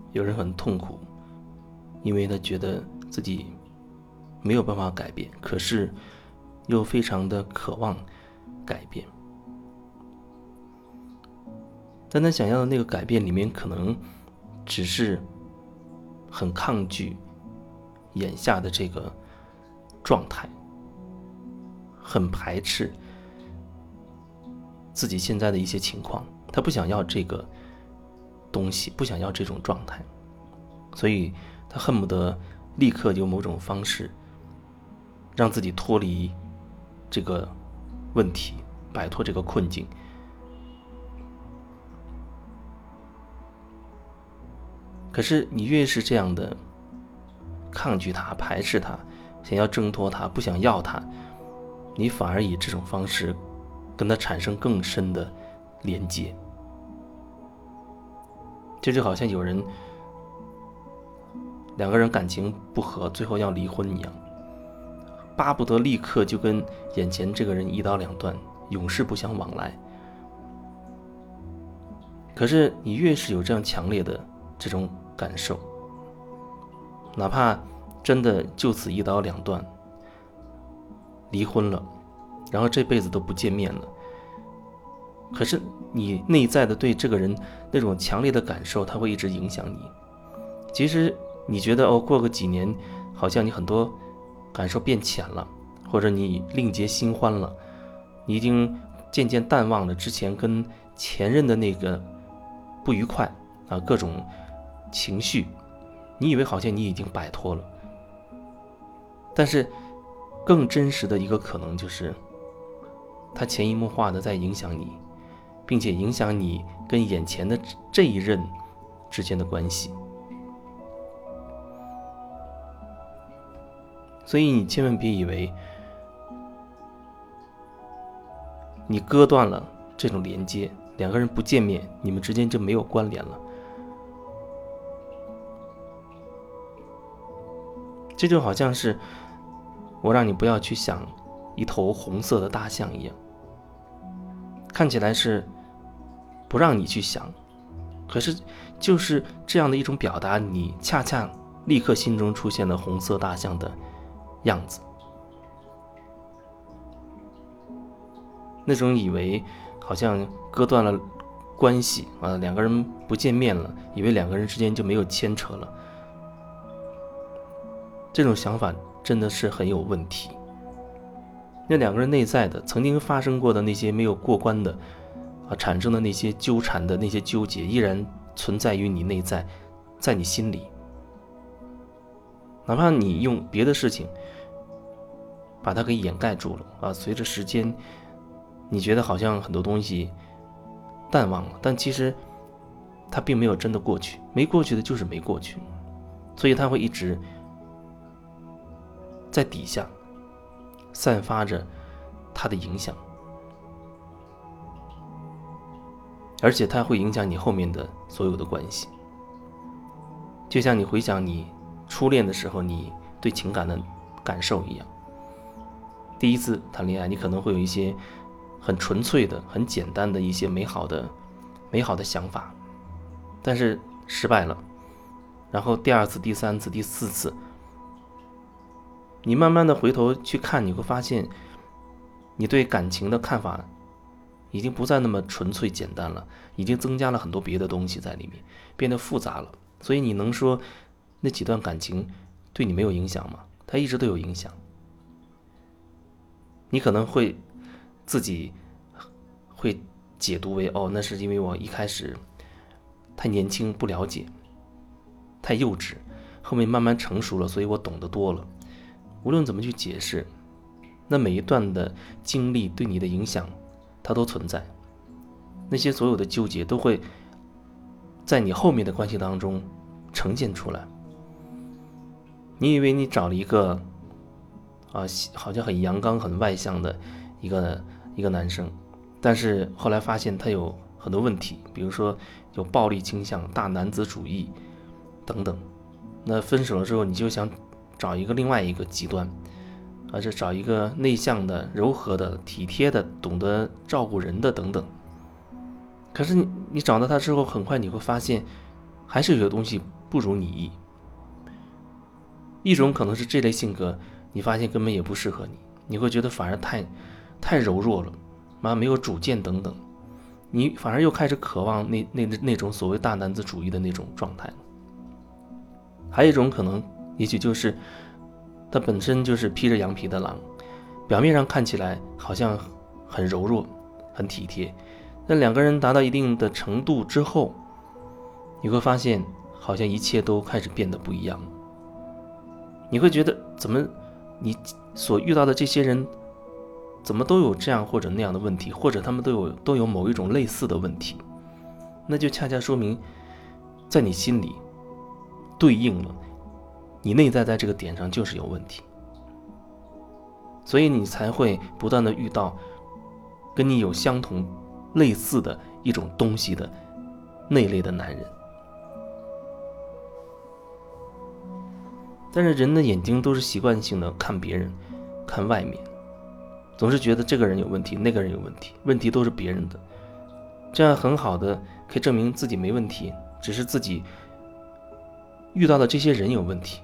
有人很痛苦，因为他觉得自己没有办法改变，可是又非常的渴望改变。但他想要的那个改变里面，可能只是很抗拒眼下的这个状态，很排斥自己现在的一些情况，他不想要这个东西，不想要这种状态，所以他恨不得立刻有某种方式让自己脱离这个问题，摆脱这个困境。可是你越是这样的抗拒它、排斥它，想要挣脱它、不想要它，你反而以这种方式跟它产生更深的连接。这就好像有人两个人感情不和，最后要离婚一样，巴不得立刻就跟眼前这个人一刀两断，永世不相往来。可是你越是有这样强烈的这种感受，哪怕真的就此一刀两断，离婚了，然后这辈子都不见面了，可是你内在的对这个人那种强烈的感受，它会一直影响你。其实你觉得过个几年好像你很多感受变浅了，或者你另结新欢了，你已经渐渐淡忘了之前跟前任的那个不愉快各种情绪，你以为好像你已经摆脱了。但是更真实的一个可能就是它潜移默化的在影响你，并且影响你跟眼前的这一任之间的关系。所以你千万别以为你割断了这种连接，两个人不见面，你们之间就没有关联了。这就好像是我让你不要去想一头红色的大象一样，看起来是不让你去想，可是就是这样的一种表达，你恰恰立刻心中出现了红色大象的样子。那种以为好像割断了关系两个人不见面了，以为两个人之间就没有牵扯了，这种想法真的是很有问题。那两个人内在的曾经发生过的那些没有过关的产生的那些纠缠的那些纠结，依然存在于你内在，在你心里。哪怕你用别的事情把它给掩盖住了随着时间你觉得好像很多东西淡忘了，但其实它并没有真的过去，没过去的就是没过去，所以它会一直在底下散发着它的影响，而且它会影响你后面的所有的关系。就像你回想你初恋的时候，你对情感的感受一样，第一次谈恋爱，你可能会有一些很纯粹的、很简单的一些美好的想法，但是失败了，然后第二次、第三次、第四次，你慢慢的回头去看，你会发现你对感情的看法已经不再那么纯粹简单了，已经增加了很多别的东西在里面，变得复杂了。所以你能说那几段感情对你没有影响吗？它一直都有影响。你可能会自己会解读为那是因为我一开始太年轻不了解，太幼稚，后面慢慢成熟了，所以我懂得多了。无论怎么去解释，那每一段的经历对你的影响它都存在，那些所有的纠结都会在你后面的关系当中呈现出来。你以为你找了一个好像很阳刚很外向的一个男生，但是后来发现他有很多问题，比如说有暴力倾向、大男子主义等等。那分手了之后，你就想找一个另外一个极端，是找一个内向的、柔和的、体贴的、懂得照顾人的等等。可是你找到他之后，很快你会发现还是有些东西不如你意。一种可能是这类性格，你发现根本也不适合你，你会觉得反而太柔弱了，没有主见等等，你反而又开始渴望那种所谓大男子主义的那种状态了。还有一种可能，也许就是他本身就是披着羊皮的狼，表面上看起来好像很柔弱很体贴，但两个人达到一定的程度之后，你会发现好像一切都开始变得不一样了。你会觉得怎么你所遇到的这些人怎么都有这样或者那样的问题，或者他们都有某一种类似的问题，那就恰恰说明在你心里对应了你内在在这个点上就是有问题，所以你才会不断的遇到跟你有相同类似的一种东西的那类的男人。但是人的眼睛都是习惯性的看别人，看外面，总是觉得这个人有问题，那个人有问题，问题都是别人的，这样很好的可以证明自己没问题，只是自己遇到的这些人有问题。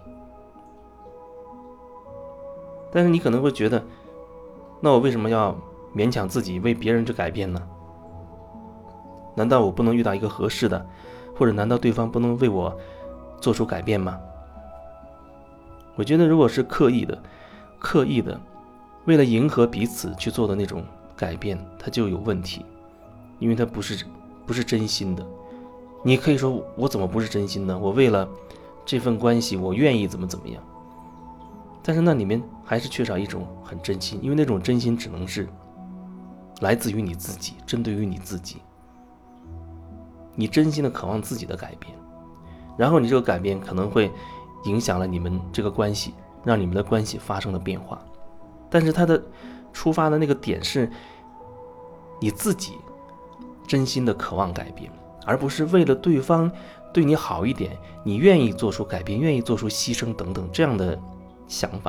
但是你可能会觉得，那我为什么要勉强自己为别人去改变呢？难道我不能遇到一个合适的，或者难道对方不能为我做出改变吗？我觉得如果是刻意的为了迎合彼此去做的那种改变，它就有问题，因为它不是真心的。你可以说我怎么不是真心呢？我为了这份关系我愿意怎么样，但是那里面还是缺少一种很真心，因为那种真心只能是来自于你自己，针对于你自己，你真心的渴望自己的改变，然后你这个改变可能会影响了你们这个关系，让你们的关系发生了变化，但是它的出发的那个点是你自己真心的渴望改变，而不是为了对方对你好一点，你愿意做出改变，愿意做出牺牲等等这样的想法。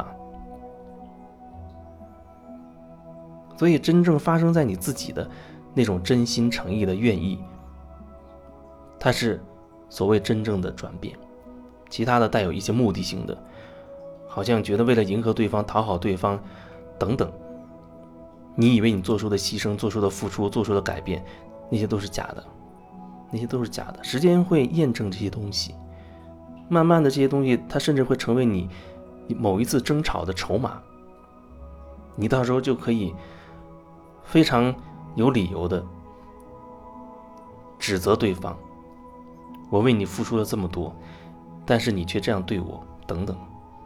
所以真正发生在你自己的那种真心诚意的愿意，它是所谓真正的转变。其他的带有一些目的性的，好像觉得为了迎合对方讨好对方等等，你以为你做出的牺牲做出的付出做出的改变，那些都是假的，时间会验证这些东西，慢慢的这些东西它甚至会成为你某一次争吵的筹码，你到时候就可以非常有理由的指责对方，我为你付出了这么多，但是你却这样对我等等。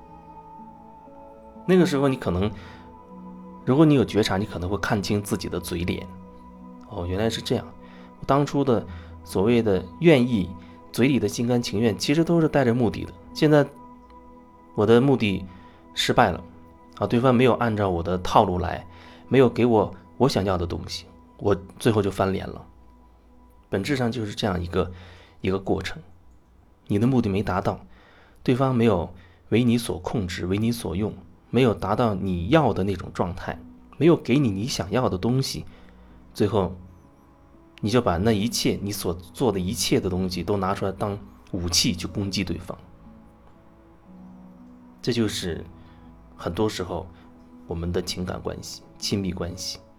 那个时候你可能，如果你有觉察，你可能会看清自己的嘴脸，原来是这样，我当初的所谓的愿意，嘴里的心甘情愿，其实都是带着目的的，现在我的目的失败了，对方没有按照我的套路来，没有给我想要的东西，我最后就翻脸了。本质上就是这样一个过程，你的目的没达到，对方没有为你所控制，为你所用，没有达到你要的那种状态，没有给你想要的东西，最后你就把那一切你所做的一切的东西都拿出来当武器去攻击对方。这就是很多时候我们的情感关系、亲密关系